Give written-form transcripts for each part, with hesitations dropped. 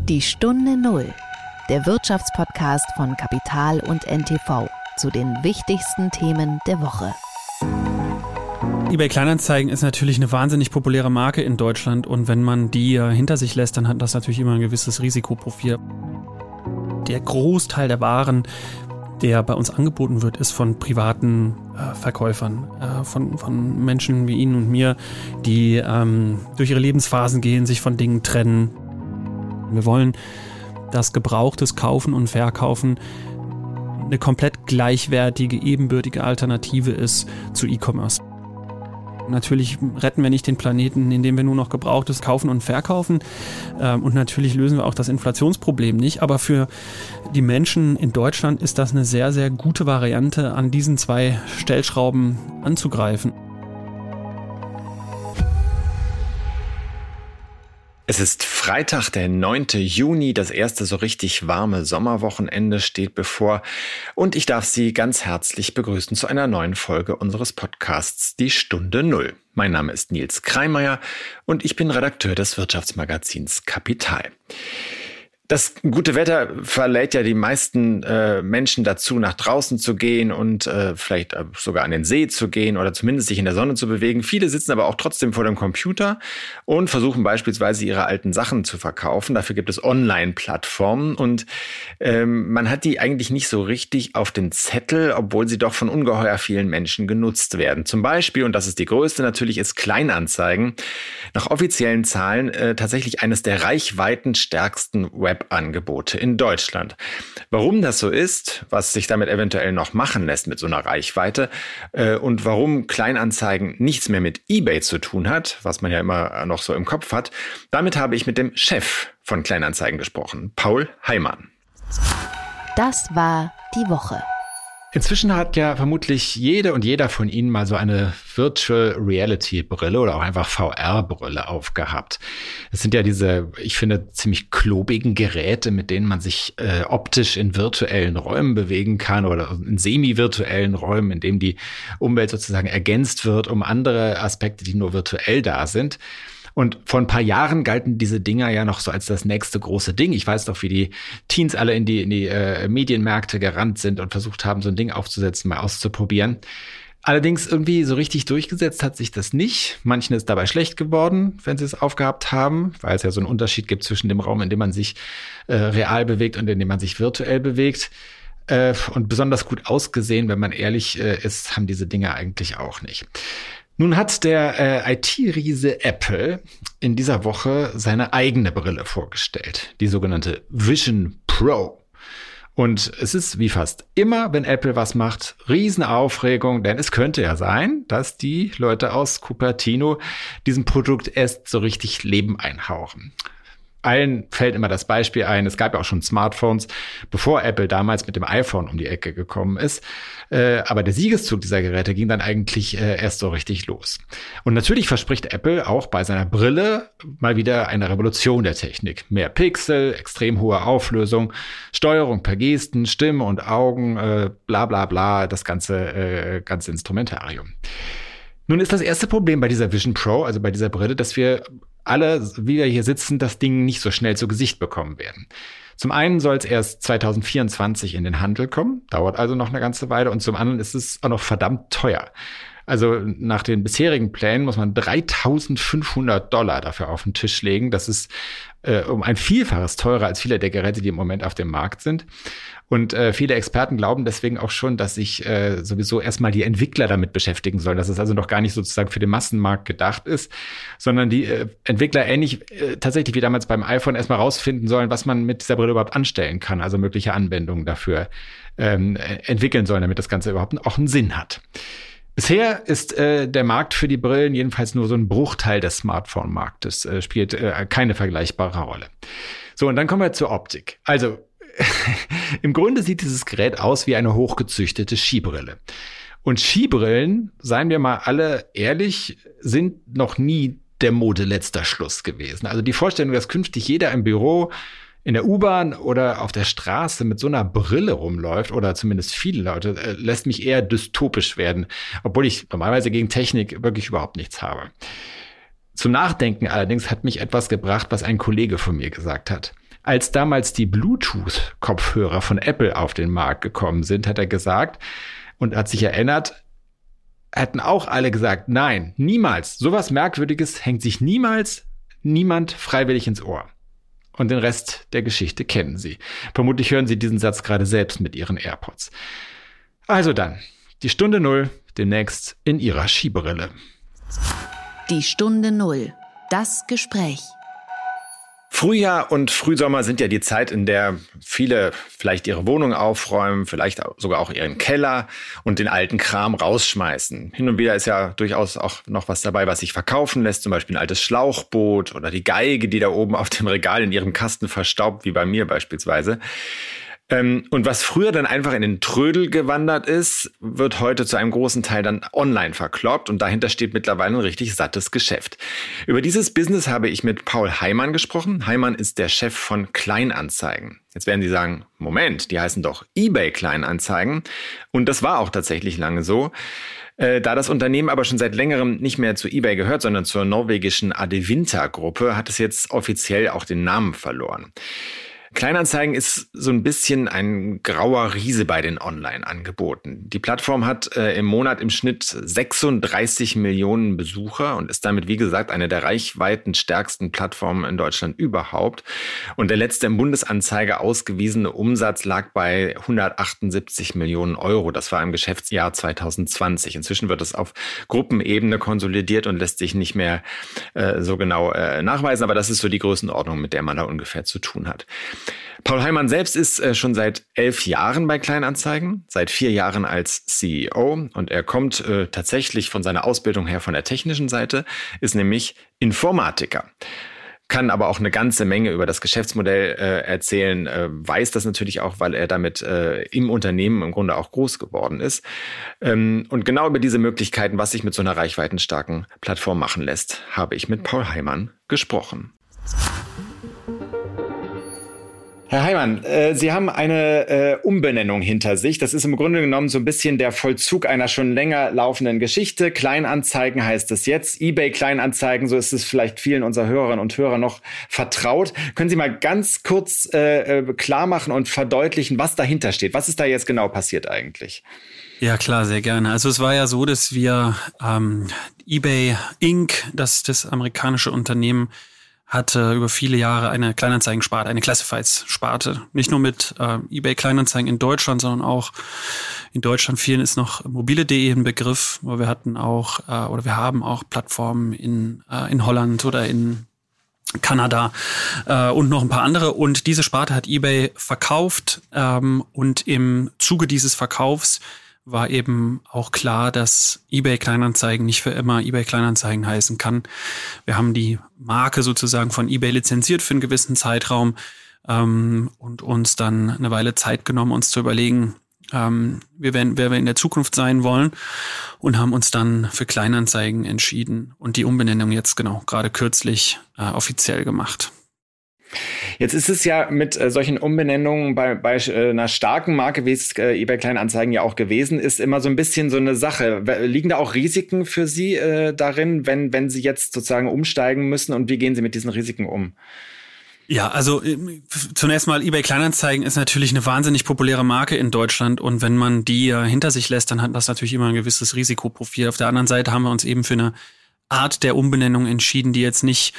Die Stunde Null, der Wirtschaftspodcast von Kapital und NTV zu den wichtigsten Themen der Woche. eBay Kleinanzeigen ist natürlich eine wahnsinnig populäre Marke in Deutschland und wenn man die hinter sich lässt, dann hat das natürlich immer ein gewisses Risikoprofil. Der Großteil der Waren, der bei uns angeboten wird, ist von privaten Verkäufern, von Menschen wie Ihnen und mir, die durch ihre Lebensphasen gehen, sich von Dingen trennen. Wir wollen, dass Gebrauchtes Kaufen und Verkaufen eine komplett gleichwertige, ebenbürtige Alternative ist zu E-Commerce. Natürlich retten wir nicht den Planeten, indem wir nur noch Gebrauchtes kaufen und verkaufen. Und natürlich lösen wir auch das Inflationsproblem nicht. Aber für die Menschen in Deutschland ist das eine sehr, sehr gute Variante, an diesen zwei Stellschrauben anzugreifen. Es ist Freitag, der 9. Juni, das erste so richtig warme Sommerwochenende steht bevor und ich darf Sie ganz herzlich begrüßen zu einer neuen Folge unseres Podcasts Die Stunde Null. Mein Name ist Nils Kreimeier und ich bin Redakteur des Wirtschaftsmagazins Kapital. Das gute Wetter verleiht ja die meisten Menschen dazu, nach draußen zu gehen und vielleicht sogar an den See zu gehen oder zumindest sich in der Sonne zu bewegen. Viele sitzen aber auch trotzdem vor dem Computer und versuchen beispielsweise ihre alten Sachen zu verkaufen. Dafür gibt es Online-Plattformen und man hat die eigentlich nicht so richtig auf den Zettel, obwohl sie doch von ungeheuer vielen Menschen genutzt werden. Zum Beispiel, und das ist die größte natürlich, ist Kleinanzeigen. Nach offiziellen Zahlen tatsächlich eines der reichweitenstärksten Webangebote in Deutschland. Warum das so ist, was sich damit eventuell noch machen lässt mit so einer Reichweite und warum Kleinanzeigen nichts mehr mit eBay zu tun hat, was man ja immer noch so im Kopf hat, damit habe ich mit dem Chef von Kleinanzeigen gesprochen, Paul Heimann. Das war die Woche. Inzwischen hat ja vermutlich jede und jeder von Ihnen mal so eine Virtual Reality Brille oder auch einfach VR-Brille aufgehabt. Das sind ja diese, ich finde, ziemlich klobigen Geräte, mit denen man sich optisch in virtuellen Räumen bewegen kann oder in semi-virtuellen Räumen, in denen die Umwelt sozusagen ergänzt wird um andere Aspekte, die nur virtuell da sind. Und vor ein paar Jahren galten diese Dinger ja noch so als das nächste große Ding. Ich weiß noch, wie die Teens alle in die Medienmärkte gerannt sind und versucht haben, so ein Ding aufzusetzen, mal auszuprobieren. Allerdings irgendwie so richtig durchgesetzt hat sich das nicht. Manchen ist dabei schlecht geworden, wenn sie es aufgehabt haben, weil es ja so einen Unterschied gibt zwischen dem Raum, in dem man sich real bewegt und in dem man sich virtuell bewegt. Und besonders gut ausgesehen, wenn man ehrlich ist, haben diese Dinge eigentlich auch nicht. Nun hat der IT-Riese Apple in dieser Woche seine eigene Brille vorgestellt, die sogenannte Vision Pro. Und es ist wie fast immer, wenn Apple was macht, Riesenaufregung, denn es könnte ja sein, dass die Leute aus Cupertino diesem Produkt erst so richtig Leben einhauchen. Allen fällt immer das Beispiel ein, es gab ja auch schon Smartphones, bevor Apple damals mit dem iPhone um die Ecke gekommen ist. Aber der Siegeszug dieser Geräte ging dann eigentlich erst so richtig los. Und natürlich verspricht Apple auch bei seiner Brille mal wieder eine Revolution der Technik. Mehr Pixel, extrem hohe Auflösung, Steuerung per Gesten, Stimme und Augen, bla bla bla, das ganze Instrumentarium. Nun ist das erste Problem bei dieser Vision Pro, also bei dieser Brille, dass wir alle, wie wir hier sitzen, das Ding nicht so schnell zu Gesicht bekommen werden. Zum einen soll es erst 2024 in den Handel kommen, dauert also noch eine ganze Weile, und zum anderen ist es auch noch verdammt teuer. Also nach den bisherigen Plänen muss man $3.500 dafür auf den Tisch legen. Das ist um ein Vielfaches teurer als viele der Geräte, die im Moment auf dem Markt sind. Und viele Experten glauben deswegen auch schon, dass sich sowieso erstmal die Entwickler damit beschäftigen sollen, dass es also noch gar nicht sozusagen für den Massenmarkt gedacht ist, sondern die Entwickler ähnlich tatsächlich wie damals beim iPhone erstmal rausfinden sollen, was man mit dieser Brille überhaupt anstellen kann, also mögliche Anwendungen dafür entwickeln sollen, damit das Ganze überhaupt auch einen Sinn hat. Bisher ist der Markt für die Brillen jedenfalls nur so ein Bruchteil des Smartphone-Marktes, spielt keine vergleichbare Rolle. So, und dann kommen wir zur Optik. Also im Grunde sieht dieses Gerät aus wie eine hochgezüchtete Skibrille. Und Skibrillen, seien wir mal alle ehrlich, sind noch nie der Mode letzter Schluss gewesen. Also die Vorstellung, dass künftig jeder im Büro, in der U-Bahn oder auf der Straße mit so einer Brille rumläuft, oder zumindest viele Leute, lässt mich eher dystopisch werden, obwohl ich normalerweise gegen Technik wirklich überhaupt nichts habe. Zum Nachdenken allerdings hat mich etwas gebracht, was ein Kollege von mir gesagt hat. Als damals die Bluetooth-Kopfhörer von Apple auf den Markt gekommen sind, hat er gesagt und hat sich erinnert, hätten auch alle gesagt, nein, niemals, sowas Merkwürdiges hängt sich niemals niemand freiwillig ins Ohr. Und den Rest der Geschichte kennen Sie. Vermutlich hören Sie diesen Satz gerade selbst mit Ihren AirPods. Also dann, die Stunde Null, demnächst in Ihrer Skibrille. Die Stunde Null, das Gespräch. Frühjahr und Frühsommer sind ja die Zeit, in der viele vielleicht ihre Wohnung aufräumen, vielleicht sogar auch ihren Keller und den alten Kram rausschmeißen. Hin und wieder ist ja durchaus auch noch was dabei, was sich verkaufen lässt, zum Beispiel ein altes Schlauchboot oder die Geige, die da oben auf dem Regal in ihrem Kasten verstaubt, wie bei mir beispielsweise. Und was früher dann einfach in den Trödel gewandert ist, wird heute zu einem großen Teil dann online verkloppt und dahinter steht mittlerweile ein richtig sattes Geschäft. Über dieses Business habe ich mit Paul Heimann gesprochen. Heimann ist der Chef von Kleinanzeigen. Jetzt werden Sie sagen, Moment, die heißen doch eBay Kleinanzeigen. Und das war auch tatsächlich lange so. Da das Unternehmen aber schon seit längerem nicht mehr zu eBay gehört, sondern zur norwegischen Adevinta-Gruppe, hat es jetzt offiziell auch den Namen verloren. Kleinanzeigen ist so ein bisschen ein grauer Riese bei den Online-Angeboten. Die Plattform hat im Monat im Schnitt 36 Millionen Besucher und ist damit, wie gesagt, eine der reichweitenstärksten Plattformen in Deutschland überhaupt. Und der letzte im Bundesanzeiger ausgewiesene Umsatz lag bei 178 Millionen Euro. Das war im Geschäftsjahr 2020. Inzwischen wird es auf Gruppenebene konsolidiert und lässt sich nicht mehr so genau nachweisen. Aber das ist so die Größenordnung, mit der man da ungefähr zu tun hat. Paul Heimann selbst ist schon seit 11 Jahren bei Kleinanzeigen, seit 4 Jahren als CEO und er kommt tatsächlich von seiner Ausbildung her von der technischen Seite, ist nämlich Informatiker. Kann aber auch eine ganze Menge über das Geschäftsmodell erzählen, weiß das natürlich auch, weil er damit im Unternehmen im Grunde auch groß geworden ist. Und genau über diese Möglichkeiten, was sich mit so einer reichweitenstarken Plattform machen lässt, habe ich mit Paul Heimann gesprochen. Herr Heimann, Sie haben eine Umbenennung hinter sich. Das ist im Grunde genommen so ein bisschen der Vollzug einer schon länger laufenden Geschichte. Kleinanzeigen heißt es jetzt. eBay Kleinanzeigen, so ist es vielleicht vielen unserer Hörerinnen und Hörer noch vertraut. Können Sie mal ganz kurz klar machen und verdeutlichen, was dahinter steht? Was ist da jetzt genau passiert eigentlich? Ja, klar, sehr gerne. Also es war ja so, dass wir eBay Inc., das amerikanische Unternehmen, hatte über viele Jahre eine Kleinanzeigensparte, eine Classifieds-Sparte. Nicht nur mit eBay Kleinanzeigen in Deutschland, sondern auch in Deutschland vielen ist noch mobile.de ein Begriff. Aber wir hatten auch wir haben auch Plattformen in Holland oder in Kanada und noch ein paar andere. Und diese Sparte hat eBay verkauft und im Zuge dieses Verkaufs war eben auch klar, dass eBay Kleinanzeigen nicht für immer eBay Kleinanzeigen heißen kann. Wir haben die Marke sozusagen von eBay lizenziert für einen gewissen Zeitraum und uns dann eine Weile Zeit genommen, uns zu überlegen, wer wir in der Zukunft sein wollen und haben uns dann für Kleinanzeigen entschieden und die Umbenennung jetzt gerade kürzlich offiziell gemacht. Jetzt ist es ja mit solchen Umbenennungen bei einer starken Marke, wie es eBay Kleinanzeigen ja auch gewesen ist, immer so ein bisschen so eine Sache. Liegen da auch Risiken für Sie darin, wenn Sie jetzt sozusagen umsteigen müssen und wie gehen Sie mit diesen Risiken um? Ja, also zunächst mal, eBay Kleinanzeigen ist natürlich eine wahnsinnig populäre Marke in Deutschland und wenn man die hinter sich lässt, dann hat das natürlich immer ein gewisses Risikoprofil. Auf der anderen Seite haben wir uns eben für eine Art der Umbenennung entschieden, die jetzt nicht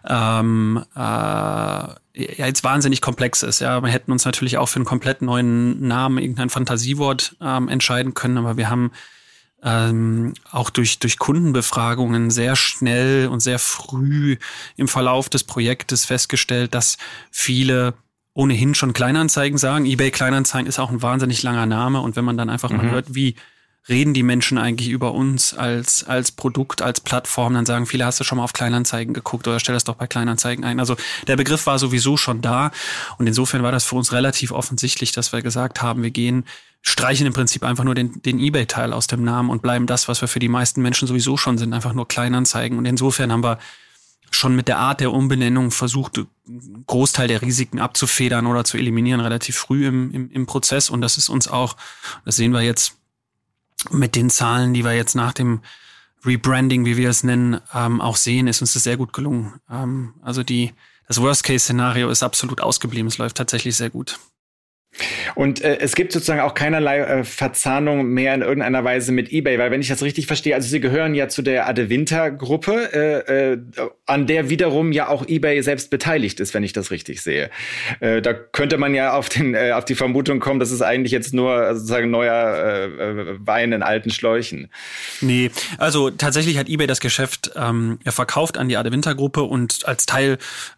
jetzt wahnsinnig komplex ist. Ja, wir hätten uns natürlich auch für einen komplett neuen Namen, irgendein Fantasiewort entscheiden können, aber wir haben auch durch Kundenbefragungen sehr schnell und sehr früh im Verlauf des Projektes festgestellt, dass viele ohnehin schon Kleinanzeigen sagen. eBay Kleinanzeigen ist auch ein wahnsinnig langer Name und wenn man dann einfach mal hört, wie reden die Menschen eigentlich über uns als Produkt, als Plattform, dann sagen viele, hast du schon mal auf Kleinanzeigen geguckt oder stell das doch bei Kleinanzeigen ein. Also der Begriff war sowieso schon da und insofern war das für uns relativ offensichtlich, dass wir gesagt haben, wir streichen im Prinzip einfach nur den eBay-Teil aus dem Namen und bleiben das, was wir für die meisten Menschen sowieso schon sind, einfach nur Kleinanzeigen. Und insofern haben wir schon mit der Art der Umbenennung versucht, einen Großteil der Risiken abzufedern oder zu eliminieren, relativ früh im Prozess. Und das ist uns auch, das sehen wir jetzt mit den Zahlen, die wir jetzt nach dem Rebranding, wie wir es nennen, auch sehen, ist uns das sehr gut gelungen. Also das das Worst-Case-Szenario ist absolut ausgeblieben. Es läuft tatsächlich sehr gut. Und es gibt sozusagen auch keinerlei Verzahnung mehr in irgendeiner Weise mit eBay, weil wenn ich das richtig verstehe, also Sie gehören ja zu der Adevinta-Gruppe, an der wiederum ja auch eBay selbst beteiligt ist, wenn ich das richtig sehe. Da könnte man ja auf die Vermutung kommen, dass es eigentlich jetzt nur sozusagen neuer Wein in alten Schläuchen. Nee, also tatsächlich hat eBay das Geschäft verkauft an die Adevinta-Gruppe und als Teil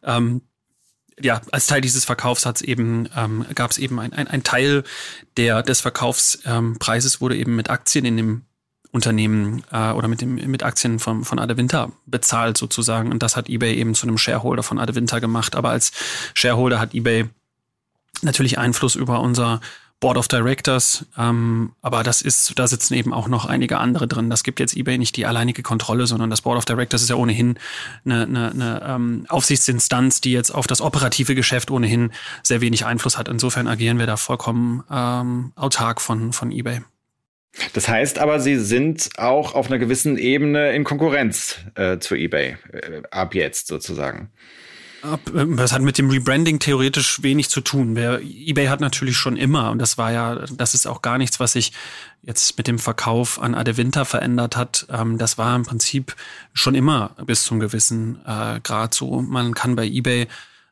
dieses Verkaufs gab es eben ein Teil des Verkaufspreises wurde eben mit Aktien in dem Unternehmen oder mit Aktien von Adevinta bezahlt sozusagen. Und das hat eBay eben zu einem Shareholder von Adevinta gemacht. Aber als Shareholder hat eBay natürlich Einfluss über unser Board of Directors, aber da sitzen eben auch noch einige andere drin. Das gibt jetzt eBay nicht die alleinige Kontrolle, sondern das Board of Directors ist ja ohnehin eine Aufsichtsinstanz, die jetzt auf das operative Geschäft ohnehin sehr wenig Einfluss hat. Insofern agieren wir da vollkommen autark von eBay. Das heißt aber, Sie sind auch auf einer gewissen Ebene in Konkurrenz zu eBay, ab jetzt sozusagen. Das hat mit dem Rebranding theoretisch wenig zu tun. eBay hat natürlich schon immer, und das ist auch gar nichts, was sich jetzt mit dem Verkauf an Adevinta verändert hat. Das war im Prinzip schon immer bis zum gewissen Grad so. Man kann bei eBay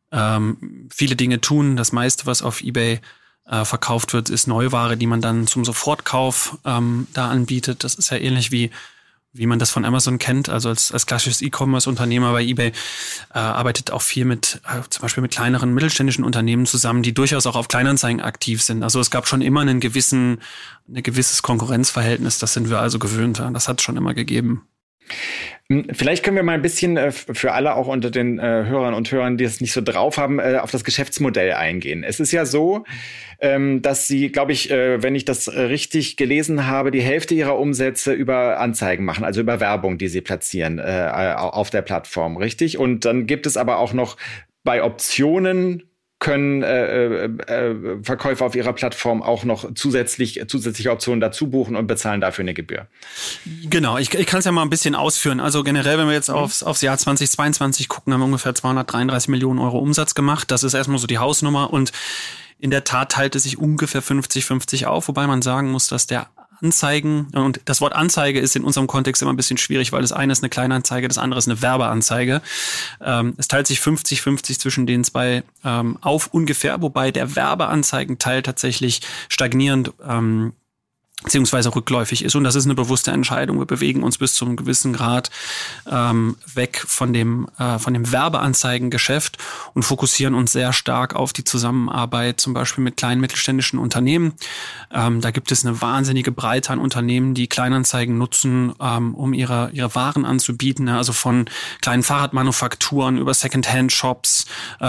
viele Dinge tun. Das meiste, was auf eBay verkauft wird, ist Neuware, die man dann zum Sofortkauf da anbietet. Das ist ja ähnlich wie man das von Amazon kennt, also als klassisches E-Commerce-Unternehmer bei eBay, arbeitet auch viel zum Beispiel mit kleineren mittelständischen Unternehmen zusammen, die durchaus auch auf Kleinanzeigen aktiv sind. Also es gab schon immer ein gewisses Konkurrenzverhältnis, das sind wir also gewöhnt. Das hat es schon immer gegeben. Vielleicht können wir mal ein bisschen für alle auch unter den Hörern und Hörern, die es nicht so drauf haben, auf das Geschäftsmodell eingehen. Es ist ja so, dass Sie, glaube ich, wenn ich das richtig gelesen habe, die Hälfte Ihrer Umsätze über Anzeigen machen, also über Werbung, die Sie platzieren auf der Plattform, richtig? Und dann gibt es aber auch noch bei Optionen können Verkäufer auf ihrer Plattform auch noch zusätzliche Optionen dazu buchen und bezahlen dafür eine Gebühr. Genau, ich kann es ja mal ein bisschen ausführen. Also generell, wenn wir jetzt aufs Jahr 2022 gucken, haben wir ungefähr 233 Millionen Euro Umsatz gemacht. Das ist erstmal so die Hausnummer und in der Tat teilt es sich ungefähr 50-50 auf, wobei man sagen muss, dass der Anzeigen, und das Wort Anzeige ist in unserem Kontext immer ein bisschen schwierig, weil das eine ist eine Kleinanzeige, das andere ist eine Werbeanzeige. Es teilt sich 50-50 zwischen den zwei auf ungefähr, wobei der Werbeanzeigenteil tatsächlich stagnierend beziehungsweise rückläufig ist. Und das ist eine bewusste Entscheidung. Wir bewegen uns bis zu einem gewissen Grad weg von dem Werbeanzeigengeschäft und fokussieren uns sehr stark auf die Zusammenarbeit zum Beispiel mit kleinen mittelständischen Unternehmen. Da gibt es eine wahnsinnige Breite an Unternehmen, die Kleinanzeigen nutzen, um ihre Waren anzubieten. Also von kleinen Fahrradmanufakturen über Secondhand-Shops,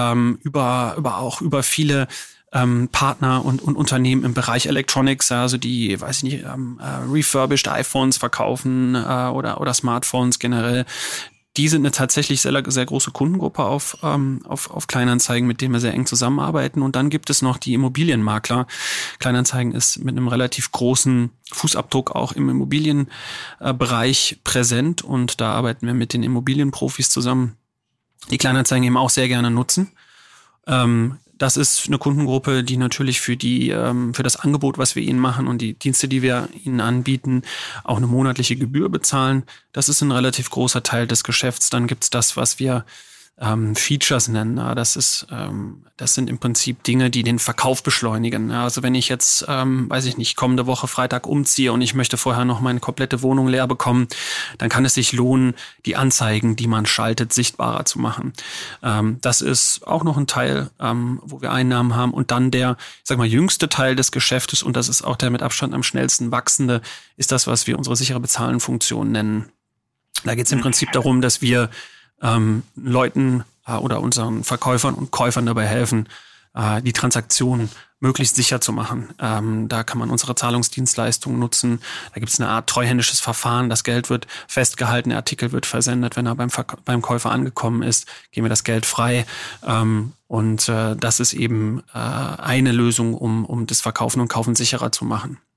über viele Partner und Unternehmen im Bereich Electronics, also die, refurbished iPhones verkaufen oder Smartphones generell. Die sind eine tatsächlich sehr, sehr große Kundengruppe auf Kleinanzeigen, mit denen wir sehr eng zusammenarbeiten. Und dann gibt es noch die Immobilienmakler. Kleinanzeigen ist mit einem relativ großen Fußabdruck auch im Immobilienbereich präsent. Und da arbeiten wir mit den Immobilienprofis zusammen, die Kleinanzeigen eben auch sehr gerne nutzen. Das ist eine Kundengruppe, die natürlich für das Angebot, was wir ihnen machen und die Dienste, die wir ihnen anbieten, auch eine monatliche Gebühr bezahlen. Das ist ein relativ großer Teil des Geschäfts. Dann gibt's das, was wir Features nennen. Das sind im Prinzip Dinge, die den Verkauf beschleunigen. Also wenn ich jetzt, kommende Woche Freitag umziehe und ich möchte vorher noch meine komplette Wohnung leer bekommen, dann kann es sich lohnen, die Anzeigen, die man schaltet, sichtbarer zu machen. Das ist auch noch ein Teil, wo wir Einnahmen haben. Und dann der, jüngste Teil des Geschäftes, und das ist auch der mit Abstand am schnellsten wachsende, ist das, was wir unsere sichere Bezahlen-Funktion nennen. Da geht es im Prinzip darum, dass wir Leuten oder unseren Verkäufern und Käufern dabei helfen, die Transaktion möglichst sicher zu machen. Da kann man unsere Zahlungsdienstleistungen nutzen. Da gibt es eine Art treuhändisches Verfahren. Das Geld wird festgehalten, der Artikel wird versendet. Wenn er beim Käufer angekommen ist, geben wir das Geld frei. Und das ist eben eine Lösung, um das Verkaufen und Kaufen sicherer zu machen.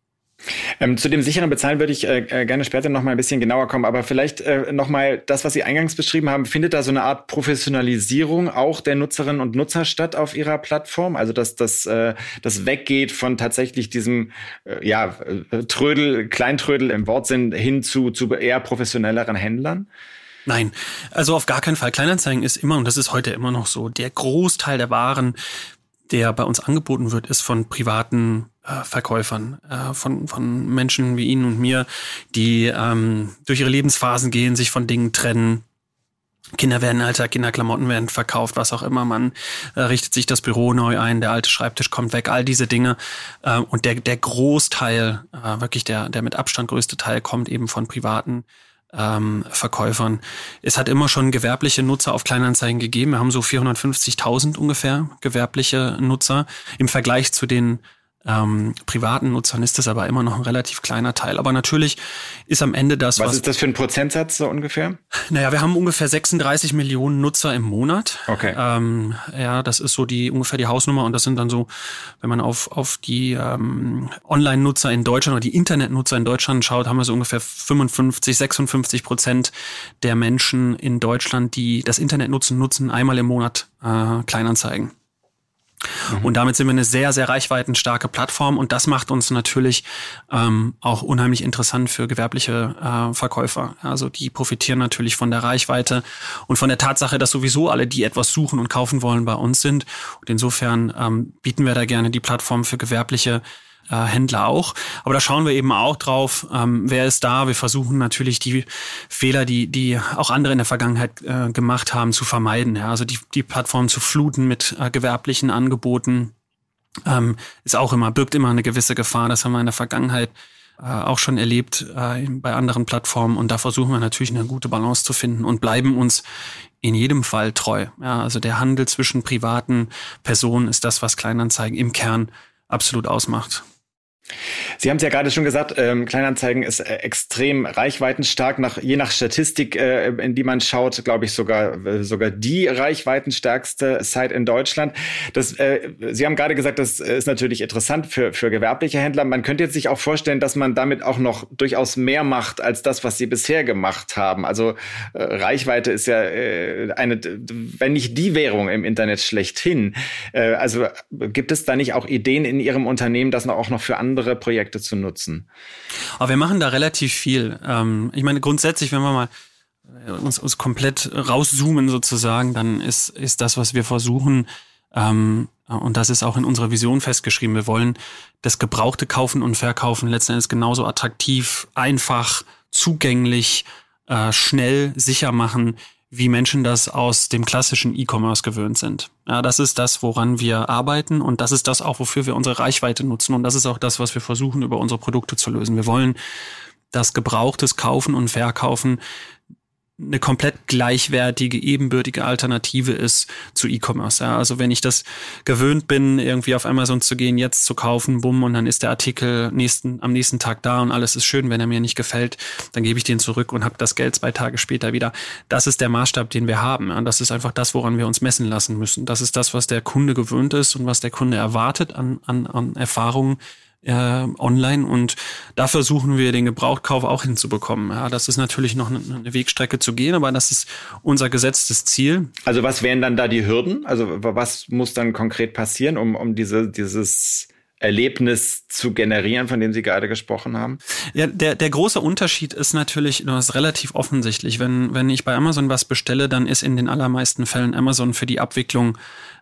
Zu dem sicheren Bezahlen würde ich gerne später noch mal ein bisschen genauer kommen, aber vielleicht noch mal das, was Sie eingangs beschrieben haben, findet da so eine Art Professionalisierung auch der Nutzerinnen und Nutzer statt auf Ihrer Plattform? Also dass das weggeht von tatsächlich diesem Kleintrödel im Wortsinn hin zu eher professionelleren Händlern? Nein, also auf gar keinen Fall. Kleinanzeigen ist immer, und das ist heute immer noch so, der Großteil der Waren, der bei uns angeboten wird, ist von privaten Verkäufern, von Menschen wie Ihnen und mir, die durch ihre Lebensphasen gehen, sich von Dingen trennen. Kinder werden älter, Kinderklamotten werden verkauft, was auch immer. Man richtet sich das Büro neu ein, der alte Schreibtisch kommt weg, all diese Dinge. Und der Großteil, wirklich der mit Abstand größte Teil, kommt eben von privaten Verkäufern. Es hat immer schon gewerbliche Nutzer auf Kleinanzeigen gegeben. Wir haben so 450.000 ungefähr gewerbliche Nutzer. Im Vergleich zu den privaten Nutzern ist das aber immer noch ein relativ kleiner Teil. Aber natürlich ist am Ende das, was ist das für ein Prozentsatz so ungefähr? Naja, wir haben ungefähr 36 Millionen Nutzer im Monat. Okay. Das ist so ungefähr die Hausnummer. Und das sind dann so, wenn man auf die Online-Nutzer in Deutschland oder die Internetnutzer in Deutschland schaut, haben wir so ungefähr 56% der Menschen in Deutschland, die das Internet nutzen einmal im Monat Kleinanzeigen. Und damit sind wir eine sehr, sehr reichweitenstarke Plattform und das macht uns natürlich auch unheimlich interessant für gewerbliche Verkäufer. Also die profitieren natürlich von der Reichweite und von der Tatsache, dass sowieso alle, die etwas suchen und kaufen wollen, bei uns sind. Und insofern bieten wir da gerne die Plattform für gewerbliche Händler auch. Aber da schauen wir eben auch drauf, wer ist da. Wir versuchen natürlich die Fehler, die auch andere in der Vergangenheit gemacht haben, zu vermeiden. Ja, also die Plattform zu fluten mit gewerblichen Angeboten birgt immer eine gewisse Gefahr. Das haben wir in der Vergangenheit auch schon erlebt bei anderen Plattformen. Und da versuchen wir natürlich eine gute Balance zu finden und bleiben uns in jedem Fall treu. Ja, also der Handel zwischen privaten Personen ist das, was Kleinanzeigen im Kern absolut ausmacht. Sie haben es ja gerade schon gesagt, Kleinanzeigen ist extrem reichweitenstark, je nach Statistik, in die man schaut, glaube ich sogar die reichweitenstärkste Site in Deutschland. Sie haben gerade gesagt, das ist natürlich interessant für gewerbliche Händler. Man könnte jetzt sich auch vorstellen, dass man damit auch noch durchaus mehr macht als das, was Sie bisher gemacht haben. Also Reichweite ist ja wenn nicht die Währung im Internet schlechthin. Also gibt es da nicht auch Ideen in Ihrem Unternehmen, das auch noch für andere Projekte zu nutzen? Aber wir machen da relativ viel. Ich meine, grundsätzlich, wenn wir mal uns komplett rauszoomen sozusagen, dann ist das, was wir versuchen, und das ist auch in unserer Vision festgeschrieben, wir wollen das gebrauchte Kaufen und Verkaufen letzten Endes genauso attraktiv, einfach, zugänglich, schnell, sicher machen, wie Menschen das aus dem klassischen E-Commerce gewöhnt sind. Ja, das ist das, woran wir arbeiten und das ist das auch, wofür wir unsere Reichweite nutzen und das ist auch das, was wir versuchen, über unsere Produkte zu lösen. Wir wollen das gebrauchtes Kaufen und Verkaufen eine komplett gleichwertige, ebenbürtige Alternative ist zu E-Commerce. Ja, also wenn ich das gewöhnt bin, irgendwie auf Amazon zu gehen, jetzt zu kaufen, bumm, und dann ist der Artikel am nächsten Tag da und alles ist schön, wenn er mir nicht gefällt, dann gebe ich den zurück und habe das Geld 2 Tage später wieder. Das ist der Maßstab, den wir haben. Ja, das ist einfach das, woran wir uns messen lassen müssen. Das ist das, was der Kunde gewöhnt ist und was der Kunde erwartet an Erfahrungen online und da versuchen wir den Gebrauchtkauf auch hinzubekommen. Ja, das ist natürlich noch eine Wegstrecke zu gehen, aber das ist unser gesetztes Ziel. Also was wären dann da die Hürden? Also was muss dann konkret passieren, um dieses Erlebnis zu generieren, von dem Sie gerade gesprochen haben? Ja, der große Unterschied ist natürlich, das ist relativ offensichtlich. Wenn ich bei Amazon was bestelle, dann ist in den allermeisten Fällen Amazon für die Abwicklung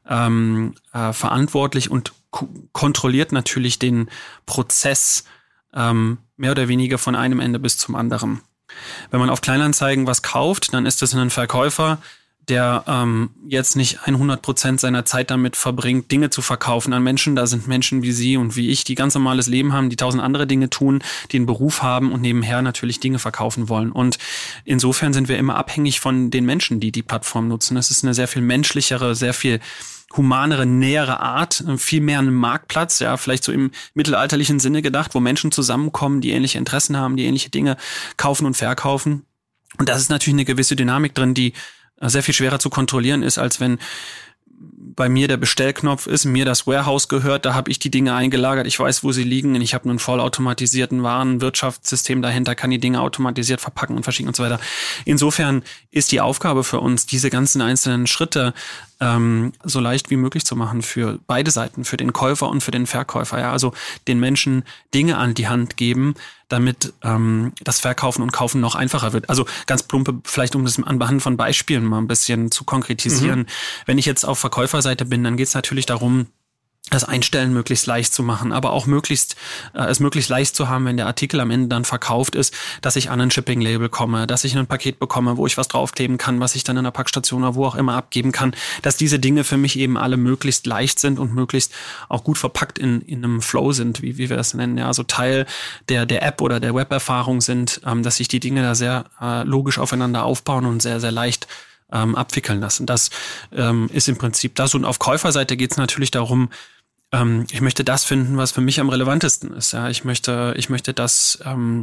verantwortlich und kontrolliert natürlich den Prozess mehr oder weniger von einem Ende bis zum anderen. Wenn man auf Kleinanzeigen was kauft, dann ist das ein Verkäufer, der jetzt nicht 100% seiner Zeit damit verbringt, Dinge zu verkaufen an Menschen. Da sind Menschen wie Sie und wie ich, die ganz normales Leben haben, die 1000 andere Dinge tun, die einen Beruf haben und nebenher natürlich Dinge verkaufen wollen. Und insofern sind wir immer abhängig von den Menschen, die die Plattform nutzen. Es ist eine sehr viel menschlichere, sehr viel humanere, nähere Art, viel mehr ein Marktplatz, ja, vielleicht so im mittelalterlichen Sinne gedacht, wo Menschen zusammenkommen, die ähnliche Interessen haben, die ähnliche Dinge kaufen und verkaufen. Und das ist natürlich eine gewisse Dynamik drin, die sehr viel schwerer zu kontrollieren ist, als wenn bei mir der Bestellknopf ist, mir das Warehouse gehört, da habe ich die Dinge eingelagert, ich weiß, wo sie liegen, und ich habe einen vollautomatisierten Warenwirtschaftssystem dahinter, kann die Dinge automatisiert verpacken und verschicken und so weiter. Insofern ist die Aufgabe für uns, diese ganzen einzelnen Schritte so leicht wie möglich zu machen für beide Seiten, für den Käufer und für den Verkäufer. Ja, also den Menschen Dinge an die Hand geben, damit das Verkaufen und Kaufen noch einfacher wird. Also ganz plumpe, vielleicht um das anhand von Beispielen mal ein bisschen zu konkretisieren. Wenn ich jetzt auf Verkäuferseite bin, dann geht es natürlich darum, das Einstellen möglichst leicht zu machen, aber auch es möglichst leicht zu haben, wenn der Artikel am Ende dann verkauft ist, dass ich an ein Shipping-Label komme, dass ich ein Paket bekomme, wo ich was draufkleben kann, was ich dann in der Packstation oder wo auch immer abgeben kann, dass diese Dinge für mich eben alle möglichst leicht sind und möglichst auch gut verpackt in einem Flow sind, wie wir das nennen, ja, also Teil der App oder der Web-Erfahrung sind, dass sich die Dinge da sehr logisch aufeinander aufbauen und sehr, sehr leicht abwickeln lassen. Das ist im Prinzip das. Und auf Käuferseite geht es natürlich darum, ich möchte das finden, was für mich am relevantesten ist. Ja, ich möchte das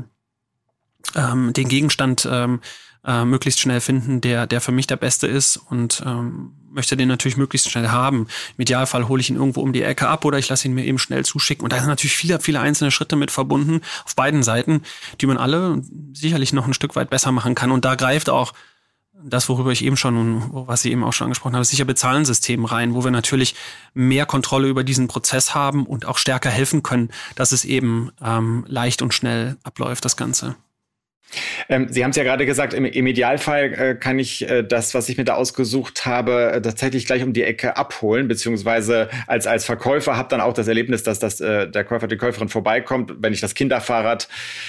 den Gegenstand möglichst schnell finden, der für mich der beste ist, und möchte den natürlich möglichst schnell haben. Im Idealfall hole ich ihn irgendwo um die Ecke ab oder ich lasse ihn mir eben schnell zuschicken. Und da sind natürlich viele, viele einzelne Schritte mit verbunden auf beiden Seiten, die man alle sicherlich noch ein Stück weit besser machen kann. Und da greift auch das, worüber ich eben schon und was Sie eben auch schon angesprochen haben, sicher Bezahlensystem rein, wo wir natürlich mehr Kontrolle über diesen Prozess haben und auch stärker helfen können, dass es eben leicht und schnell abläuft, das Ganze. Sie haben es ja gerade gesagt, im Idealfall kann ich das, was ich mir da ausgesucht habe, tatsächlich gleich um die Ecke abholen, beziehungsweise als Verkäufer habe dann auch das Erlebnis, dass der Käufer, die Käuferin vorbeikommt, wenn ich das Kinderfahrrad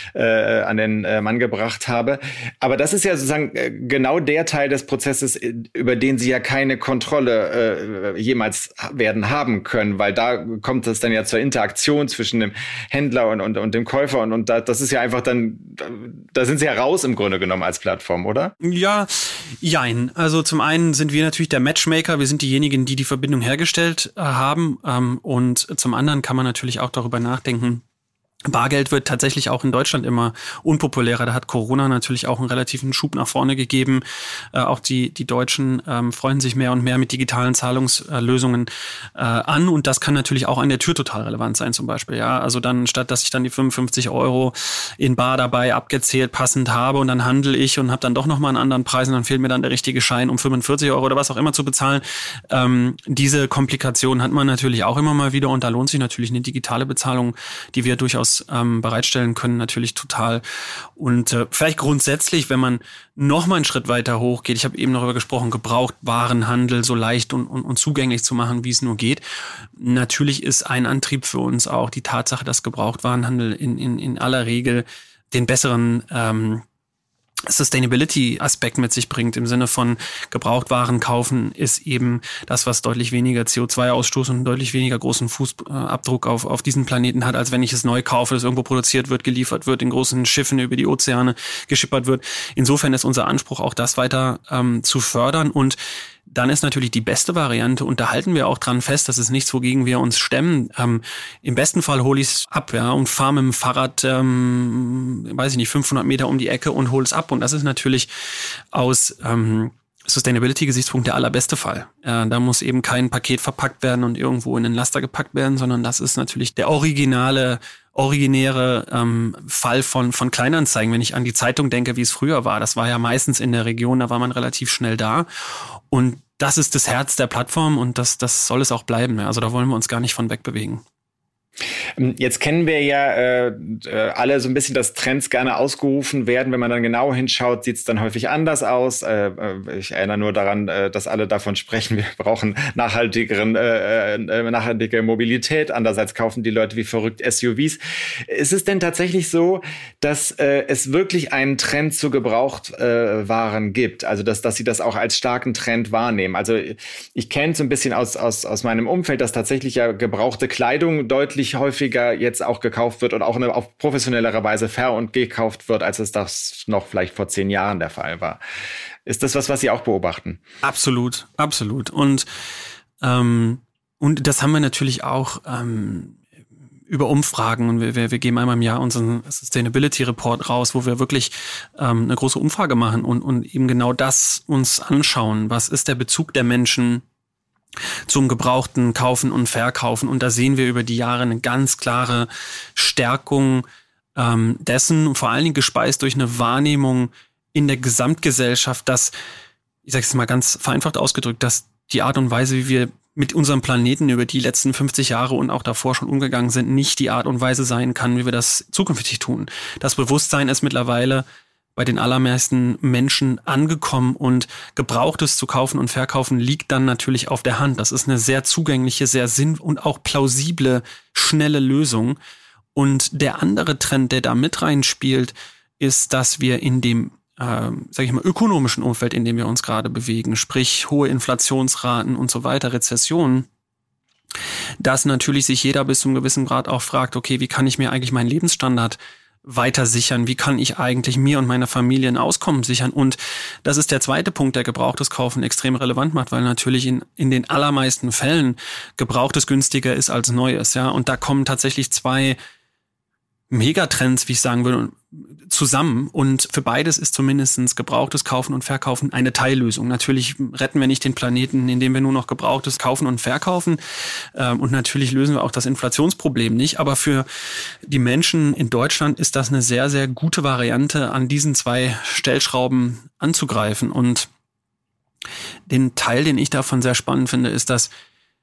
an den Mann gebracht habe. Aber das ist ja sozusagen genau der Teil des Prozesses, über den Sie ja keine Kontrolle jemals werden haben können, weil da kommt es dann ja zur Interaktion zwischen dem Händler und dem Käufer, und das ist ja einfach dann, da sind Sie ja raus im Grunde genommen als Plattform, oder? Ja, jein. Also zum einen sind wir natürlich der Matchmaker, wir sind diejenigen, die die Verbindung hergestellt haben, und zum anderen kann man natürlich auch darüber nachdenken, Bargeld wird tatsächlich auch in Deutschland immer unpopulärer. Da hat Corona natürlich auch einen relativen Schub nach vorne gegeben. Auch die Deutschen freuen sich mehr und mehr mit digitalen Zahlungslösungen an. Und das kann natürlich auch an der Tür total relevant sein zum Beispiel. Ja, also dann, statt dass ich dann die 55 € in bar dabei abgezählt passend habe und dann handle ich und habe dann doch nochmal einen anderen Preis und dann fehlt mir dann der richtige Schein, um 45 € oder was auch immer zu bezahlen. Diese Komplikation hat man natürlich auch immer mal wieder, und da lohnt sich natürlich eine digitale Bezahlung, die wir durchaus bereitstellen können, natürlich total. Und vielleicht grundsätzlich, wenn man noch mal einen Schritt weiter hochgeht, ich habe eben darüber gesprochen, Gebrauchtwarenhandel so leicht und zugänglich zu machen, wie es nur geht. Natürlich ist ein Antrieb für uns auch die Tatsache, dass Gebrauchtwarenhandel in aller Regel den besseren Sustainability-Aspekt mit sich bringt, im Sinne von Gebrauchtwaren kaufen ist eben das, was deutlich weniger CO2-Ausstoß und deutlich weniger großen Fußabdruck auf diesen Planeten hat, als wenn ich es neu kaufe, das irgendwo produziert wird, geliefert wird, in großen Schiffen über die Ozeane geschippert wird. Insofern ist unser Anspruch auch, das weiter zu fördern, und dann ist natürlich die beste Variante, und da halten wir auch dran fest, das ist nichts, wogegen wir uns stemmen. Im besten Fall hole ich es ab, ja, und fahre mit dem Fahrrad, 500 Meter um die Ecke und hole es ab. Und das ist natürlich aus Sustainability-Gesichtspunkt der allerbeste Fall. Da muss eben kein Paket verpackt werden und irgendwo in den Laster gepackt werden, sondern das ist natürlich der originäre Fall von Kleinanzeigen. Wenn ich an die Zeitung denke, wie es früher war, das war ja meistens in der Region, da war man relativ schnell da. Und das ist das Herz der Plattform, und das soll es auch bleiben. Also da wollen wir uns gar nicht von wegbewegen. Jetzt kennen wir ja alle so ein bisschen, dass Trends gerne ausgerufen werden. Wenn man dann genau hinschaut, sieht es dann häufig anders aus. Ich erinnere nur daran, dass alle davon sprechen, wir brauchen nachhaltige Mobilität. Andererseits kaufen die Leute wie verrückt SUVs. Ist es denn tatsächlich so, dass es wirklich einen Trend zu Gebrauchtwaren gibt? Also dass Sie das auch als starken Trend wahrnehmen? Also ich kenne so ein bisschen aus meinem Umfeld, dass tatsächlich ja gebrauchte Kleidung deutlich häufiger jetzt auch gekauft wird und auch auf professionellere Weise ver- und gekauft wird, als es das noch vielleicht vor 10 Jahren der Fall war. Ist das was Sie auch beobachten? Absolut, absolut. Und das haben wir natürlich auch über Umfragen, und wir geben einmal im Jahr unseren Sustainability Report raus, wo wir wirklich eine große Umfrage machen und eben genau das uns anschauen. Was ist der Bezug der Menschen zum gebrauchten Kaufen und Verkaufen. Und da sehen wir über die Jahre eine ganz klare Stärkung dessen, vor allen Dingen gespeist durch eine Wahrnehmung in der Gesamtgesellschaft, dass, ich sage es mal ganz vereinfacht ausgedrückt, dass die Art und Weise, wie wir mit unserem Planeten über die letzten 50 Jahre und auch davor schon umgegangen sind, nicht die Art und Weise sein kann, wie wir das zukünftig tun. Das Bewusstsein ist mittlerweile bei den allermeisten Menschen angekommen und Gebrauchtes zu kaufen und verkaufen liegt dann natürlich auf der Hand. Das ist eine sehr zugängliche, sehr und auch plausible, schnelle Lösung. Und der andere Trend, der da mit reinspielt, ist, dass wir in dem ökonomischen Umfeld, in dem wir uns gerade bewegen, sprich hohe Inflationsraten und so weiter, Rezessionen, dass natürlich sich jeder bis zu einem gewissen Grad auch fragt, okay, wie kann ich mir eigentlich meinen Lebensstandard weiter sichern? Wie kann ich eigentlich mir und meiner Familie ein Auskommen sichern? Und das ist der zweite Punkt, der Gebrauchtes kaufen extrem relevant macht, weil natürlich in den allermeisten Fällen Gebrauchtes günstiger ist als Neues, ja. Und da kommen tatsächlich zwei Megatrends, wie ich sagen würde, zusammen. Und für beides ist zumindest Gebrauchtes kaufen und verkaufen eine Teillösung. Natürlich retten wir nicht den Planeten, indem wir nur noch Gebrauchtes kaufen und verkaufen. Und natürlich lösen wir auch das Inflationsproblem nicht. Aber für die Menschen in Deutschland ist das eine sehr, sehr gute Variante, an diesen zwei Stellschrauben anzugreifen. Und den Teil, den ich davon sehr spannend finde, ist, dass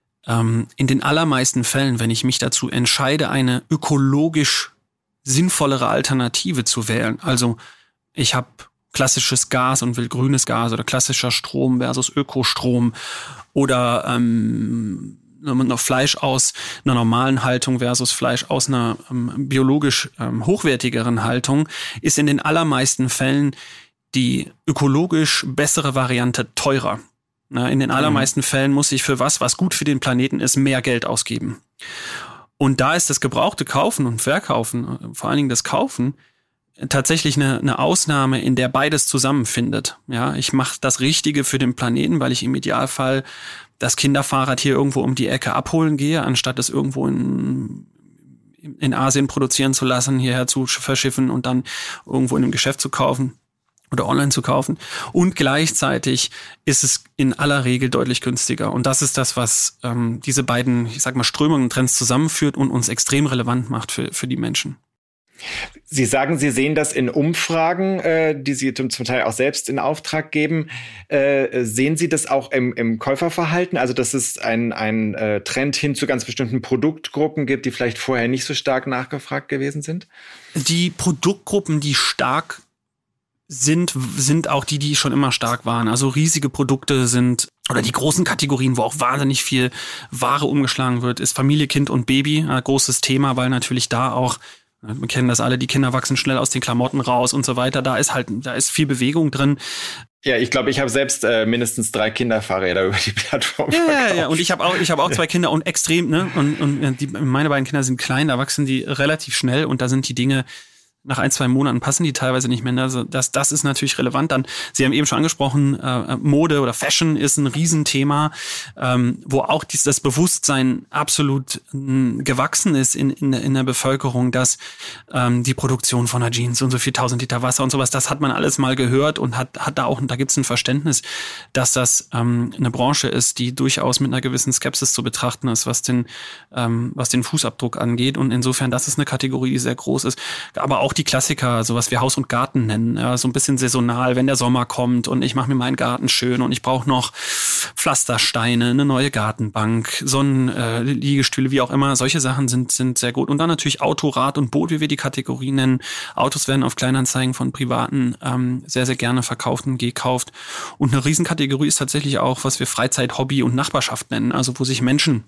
in den allermeisten Fällen, wenn ich mich dazu entscheide, eine ökologisch sinnvollere Alternative zu wählen. Also ich habe klassisches Gas und will grünes Gas oder klassischer Strom versus Ökostrom oder noch Fleisch aus einer normalen Haltung versus Fleisch aus einer biologisch hochwertigeren Haltung, ist in den allermeisten Fällen die ökologisch bessere Variante teurer. In den allermeisten Fällen muss ich für was gut für den Planeten ist, mehr Geld ausgeben. Und da ist das gebrauchte Kaufen und Verkaufen, vor allen Dingen das Kaufen, tatsächlich eine Ausnahme, in der beides zusammenfindet. Ja, ich mache das Richtige für den Planeten, weil ich im Idealfall das Kinderfahrrad hier irgendwo um die Ecke abholen gehe, anstatt es irgendwo in Asien produzieren zu lassen, hierher zu verschiffen und dann irgendwo in einem Geschäft zu kaufen oder online zu kaufen. Und gleichzeitig ist es in aller Regel deutlich günstiger. Und das ist das, was diese beiden, ich sag mal, Strömungen und Trends zusammenführt und uns extrem relevant macht für die Menschen. Sie sagen, Sie sehen das in Umfragen, die Sie zum Teil auch selbst in Auftrag geben. Sehen Sie das auch im Käuferverhalten? Also, dass es ein Trend hin zu ganz bestimmten Produktgruppen gibt, die vielleicht vorher nicht so stark nachgefragt gewesen sind? Die Produktgruppen, die stark sind auch die schon immer stark waren. Also riesige Produkte sind, oder die großen Kategorien, wo auch wahnsinnig viel Ware umgeschlagen wird, ist Familie, Kind und Baby. Ein großes Thema, weil natürlich da auch, wir kennen das alle, die Kinder wachsen schnell aus den Klamotten raus und so weiter. Da ist viel Bewegung drin. Ja, ich glaube, ich habe selbst mindestens 3 Kinderfahrräder über die Plattform verkauft. Ja, und ich habe auch 2 Kinder und extrem, ne? Und meine beiden Kinder sind klein, da wachsen die relativ schnell und da sind die Dinge, nach 1-2 Monaten passen die teilweise nicht mehr. Also das ist natürlich relevant. Dann, Sie haben eben schon angesprochen, Mode oder Fashion ist ein Riesenthema, wo auch das Bewusstsein absolut gewachsen ist in der Bevölkerung, dass die Produktion von einer Jeans und so viel 1000 Liter Wasser und sowas, das hat man alles mal gehört und hat da gibt's ein Verständnis, dass das eine Branche ist, die durchaus mit einer gewissen Skepsis zu betrachten ist, was den Fußabdruck angeht. Und insofern, das ist eine Kategorie, die sehr groß ist. Aber auch die Klassiker, sowas wie Haus und Garten nennen, ja, so ein bisschen saisonal, wenn der Sommer kommt und ich mache mir meinen Garten schön und ich brauche noch Pflastersteine, eine neue Gartenbank, Sonnenliegestühle, wie auch immer. Solche Sachen sind sehr gut. Und dann natürlich Auto, Rad und Boot, wie wir die Kategorie nennen. Autos werden auf Kleinanzeigen von Privaten sehr, sehr gerne verkauft und gekauft. Und eine Riesenkategorie ist tatsächlich auch, was wir Freizeit, Hobby und Nachbarschaft nennen, also wo sich Menschen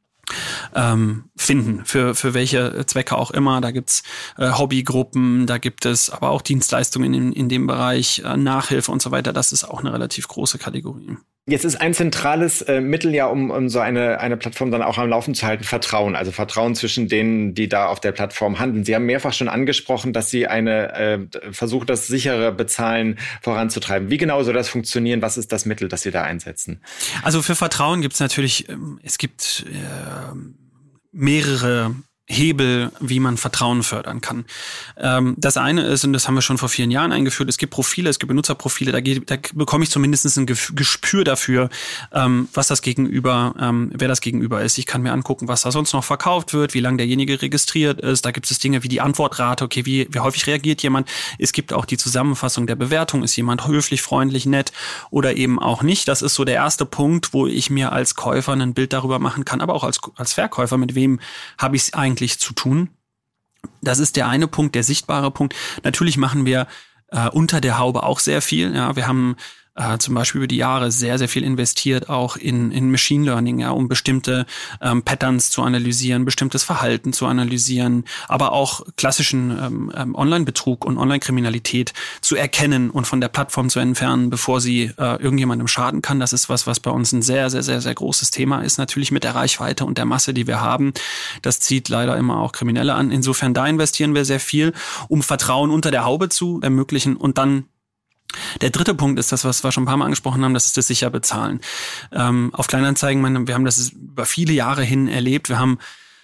finden, für welche Zwecke auch immer. Da gibt's Hobbygruppen, da gibt es aber auch Dienstleistungen in dem Bereich, Nachhilfe und so weiter. Das ist auch eine relativ große Kategorie. Jetzt ist ein zentrales Mittel ja, um so eine Plattform dann auch am Laufen zu halten, Vertrauen. Also Vertrauen zwischen denen, die da auf der Plattform handeln. Sie haben mehrfach schon angesprochen, dass Sie versuchen, das sichere Bezahlen voranzutreiben. Wie genau soll das funktionieren? Was ist das Mittel, das Sie da einsetzen? Also für Vertrauen gibt's natürlich, es gibt mehrere Hebel, wie man Vertrauen fördern kann. Das eine ist, und das haben wir schon vor vielen Jahren eingeführt, es gibt Profile, es gibt Benutzerprofile, da bekomme ich zumindest ein Gespür dafür, was das Gegenüber, wer das Gegenüber ist. Ich kann mir angucken, was da sonst noch verkauft wird, wie lange derjenige registriert ist. Da gibt es Dinge wie die Antwortrate, okay, wie häufig reagiert jemand. Es gibt auch die Zusammenfassung der Bewertung, ist jemand höflich, freundlich, nett oder eben auch nicht. Das ist so der erste Punkt, wo ich mir als Käufer ein Bild darüber machen kann, aber auch als Verkäufer, mit wem habe ich es eigentlich zu tun. Das ist der eine Punkt, der sichtbare Punkt. Natürlich machen wir unter der Haube auch sehr viel. Ja, wir haben zum Beispiel über die Jahre sehr, sehr viel investiert, auch in Machine Learning, ja, um bestimmte Patterns zu analysieren, bestimmtes Verhalten zu analysieren, aber auch klassischen Online-Betrug und Online-Kriminalität zu erkennen und von der Plattform zu entfernen, bevor sie irgendjemandem schaden kann. Das ist was bei uns ein sehr, sehr, sehr, sehr großes Thema ist. Natürlich mit der Reichweite und der Masse, die wir haben. Das zieht leider immer auch Kriminelle an. Insofern, da investieren wir sehr viel, um Vertrauen unter der Haube zu ermöglichen. Und dann der dritte Punkt ist das, was wir schon ein paar Mal angesprochen haben, das ist das sicher bezahlen. Auf Kleinanzeigen, wir haben das über viele Jahre hin erlebt. Wir haben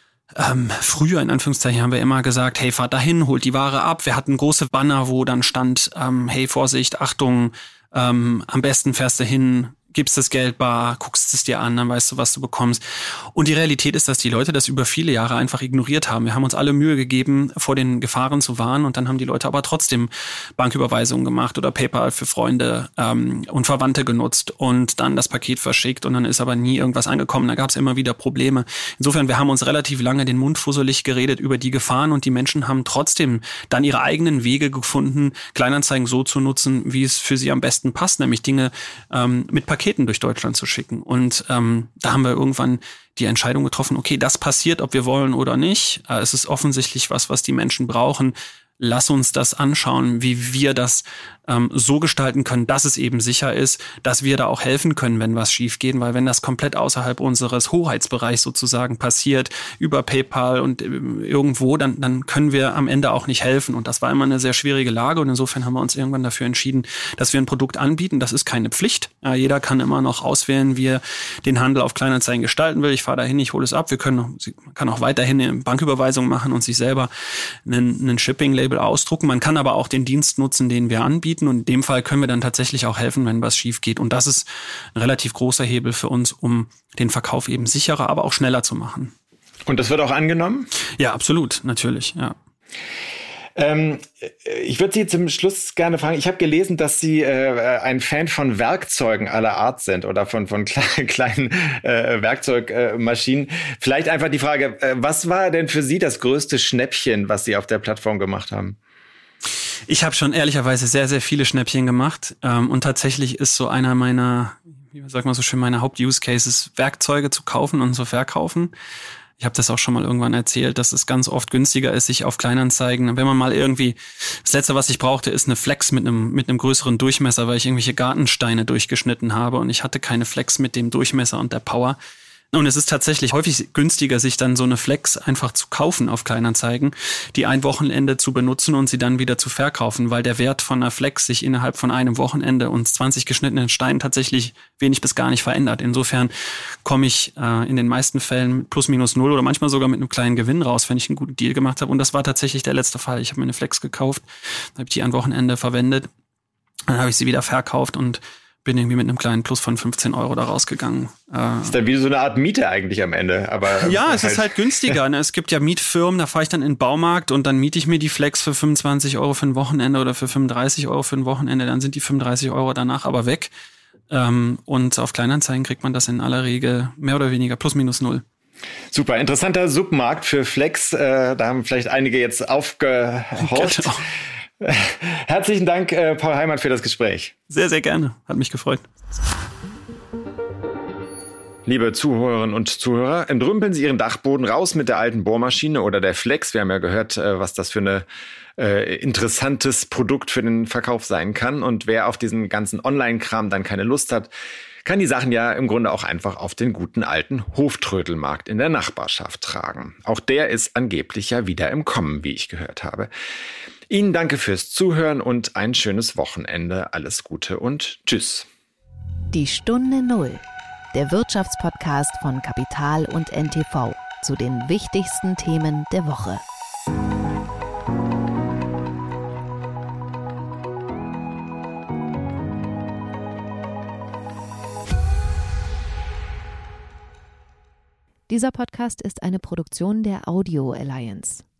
früher, in Anführungszeichen, haben wir immer gesagt, hey, fahrt dahin, holt die Ware ab. Wir hatten große Banner, wo dann stand, hey, Vorsicht, Achtung, am besten fährst du hin, gibst das Geld bar, guckst es dir an, dann weißt du, was du bekommst. Und die Realität ist, dass die Leute das über viele Jahre einfach ignoriert haben. Wir haben uns alle Mühe gegeben, vor den Gefahren zu warnen, und dann haben die Leute aber trotzdem Banküberweisungen gemacht oder PayPal für Freunde und Verwandte genutzt und dann das Paket verschickt, und dann ist aber nie irgendwas angekommen. Da gab es immer wieder Probleme. Insofern, wir haben uns relativ lange den Mund fusselig geredet über die Gefahren, und die Menschen haben trotzdem dann ihre eigenen Wege gefunden, Kleinanzeigen so zu nutzen, wie es für sie am besten passt, nämlich Dinge mit Paketen durch Deutschland zu schicken. Und da haben wir irgendwann die Entscheidung getroffen, okay, das passiert, ob wir wollen oder nicht. Es ist offensichtlich was die Menschen brauchen. Lass uns das anschauen, wie wir das so gestalten können, dass es eben sicher ist, dass wir da auch helfen können, wenn was schief geht, weil wenn das komplett außerhalb unseres Hoheitsbereichs sozusagen passiert, über PayPal und irgendwo, dann können wir am Ende auch nicht helfen, und das war immer eine sehr schwierige Lage, und insofern haben wir uns irgendwann dafür entschieden, dass wir ein Produkt anbieten. Das ist keine Pflicht. Jeder kann immer noch auswählen, wie er den Handel auf Kleinanzeigen gestalten will. Ich fahre dahin, ich hole es ab. Man kann auch weiterhin eine Banküberweisung machen und sich selber einen Shipping-Label ausdrucken. Man kann aber auch den Dienst nutzen, den wir anbieten. Und in dem Fall können wir dann tatsächlich auch helfen, wenn was schief geht. Und das ist ein relativ großer Hebel für uns, um den Verkauf eben sicherer, aber auch schneller zu machen. Und das wird auch angenommen? Ja, absolut, natürlich, ja. Ich würde Sie zum Schluss gerne fragen, ich habe gelesen, dass Sie ein Fan von Werkzeugen aller Art sind oder von kleinen Werkzeugmaschinen. Vielleicht einfach die Frage, was war denn für Sie das größte Schnäppchen, was Sie auf der Plattform gemacht haben? Ich habe schon ehrlicherweise sehr, sehr viele Schnäppchen gemacht, und tatsächlich ist so einer meiner, wie sagt man so schön, meiner Haupt-Use-Cases, Werkzeuge zu kaufen und zu verkaufen. Ich habe das auch schon mal irgendwann erzählt, dass es ganz oft günstiger ist, sich auf Kleinanzeigen, wenn man mal irgendwie, das Letzte, was ich brauchte, ist eine Flex mit einem größeren Durchmesser, weil ich irgendwelche Gartensteine durchgeschnitten habe, und ich hatte keine Flex mit dem Durchmesser und der Power. Und es ist tatsächlich häufig günstiger, sich dann so eine Flex einfach zu kaufen auf Kleinanzeigen, die ein Wochenende zu benutzen und sie dann wieder zu verkaufen, weil der Wert von einer Flex sich innerhalb von einem Wochenende und 20 geschnittenen Steinen tatsächlich wenig bis gar nicht verändert. Insofern komme ich in den meisten Fällen plus minus null oder manchmal sogar mit einem kleinen Gewinn raus, wenn ich einen guten Deal gemacht habe. Und das war tatsächlich der letzte Fall. Ich habe mir eine Flex gekauft, habe ich die ein Wochenende verwendet, dann habe ich sie wieder verkauft und bin irgendwie mit einem kleinen Plus von 15 € da rausgegangen. Ist dann wie so eine Art Miete eigentlich am Ende. Aber ja, es ist halt günstiger. Ne? Es gibt ja Mietfirmen, da fahre ich dann in den Baumarkt und dann miete ich mir die Flex für 25 € für ein Wochenende oder für 35 € für ein Wochenende. Dann sind die 35 € danach aber weg. Und auf Kleinanzeigen kriegt man das in aller Regel mehr oder weniger plus minus null. Super, interessanter Submarkt für Flex. Da haben vielleicht einige jetzt aufgehorcht. Genau. Herzlichen Dank, Paul Heimann, für das Gespräch. Sehr, sehr gerne. Hat mich gefreut. Liebe Zuhörerinnen und Zuhörer, entrümpeln Sie Ihren Dachboden raus mit der alten Bohrmaschine oder der Flex. Wir haben ja gehört, was das für ein interessantes Produkt für den Verkauf sein kann. Und wer auf diesen ganzen Online-Kram dann keine Lust hat, kann die Sachen ja im Grunde auch einfach auf den guten alten Hoftrödelmarkt in der Nachbarschaft tragen. Auch der ist angeblich ja wieder im Kommen, wie ich gehört habe. Ihnen danke fürs Zuhören und ein schönes Wochenende. Alles Gute und tschüss. Die Stunde Null, der Wirtschaftspodcast von Kapital und NTV zu den wichtigsten Themen der Woche. Dieser Podcast ist eine Produktion der Audio Alliance.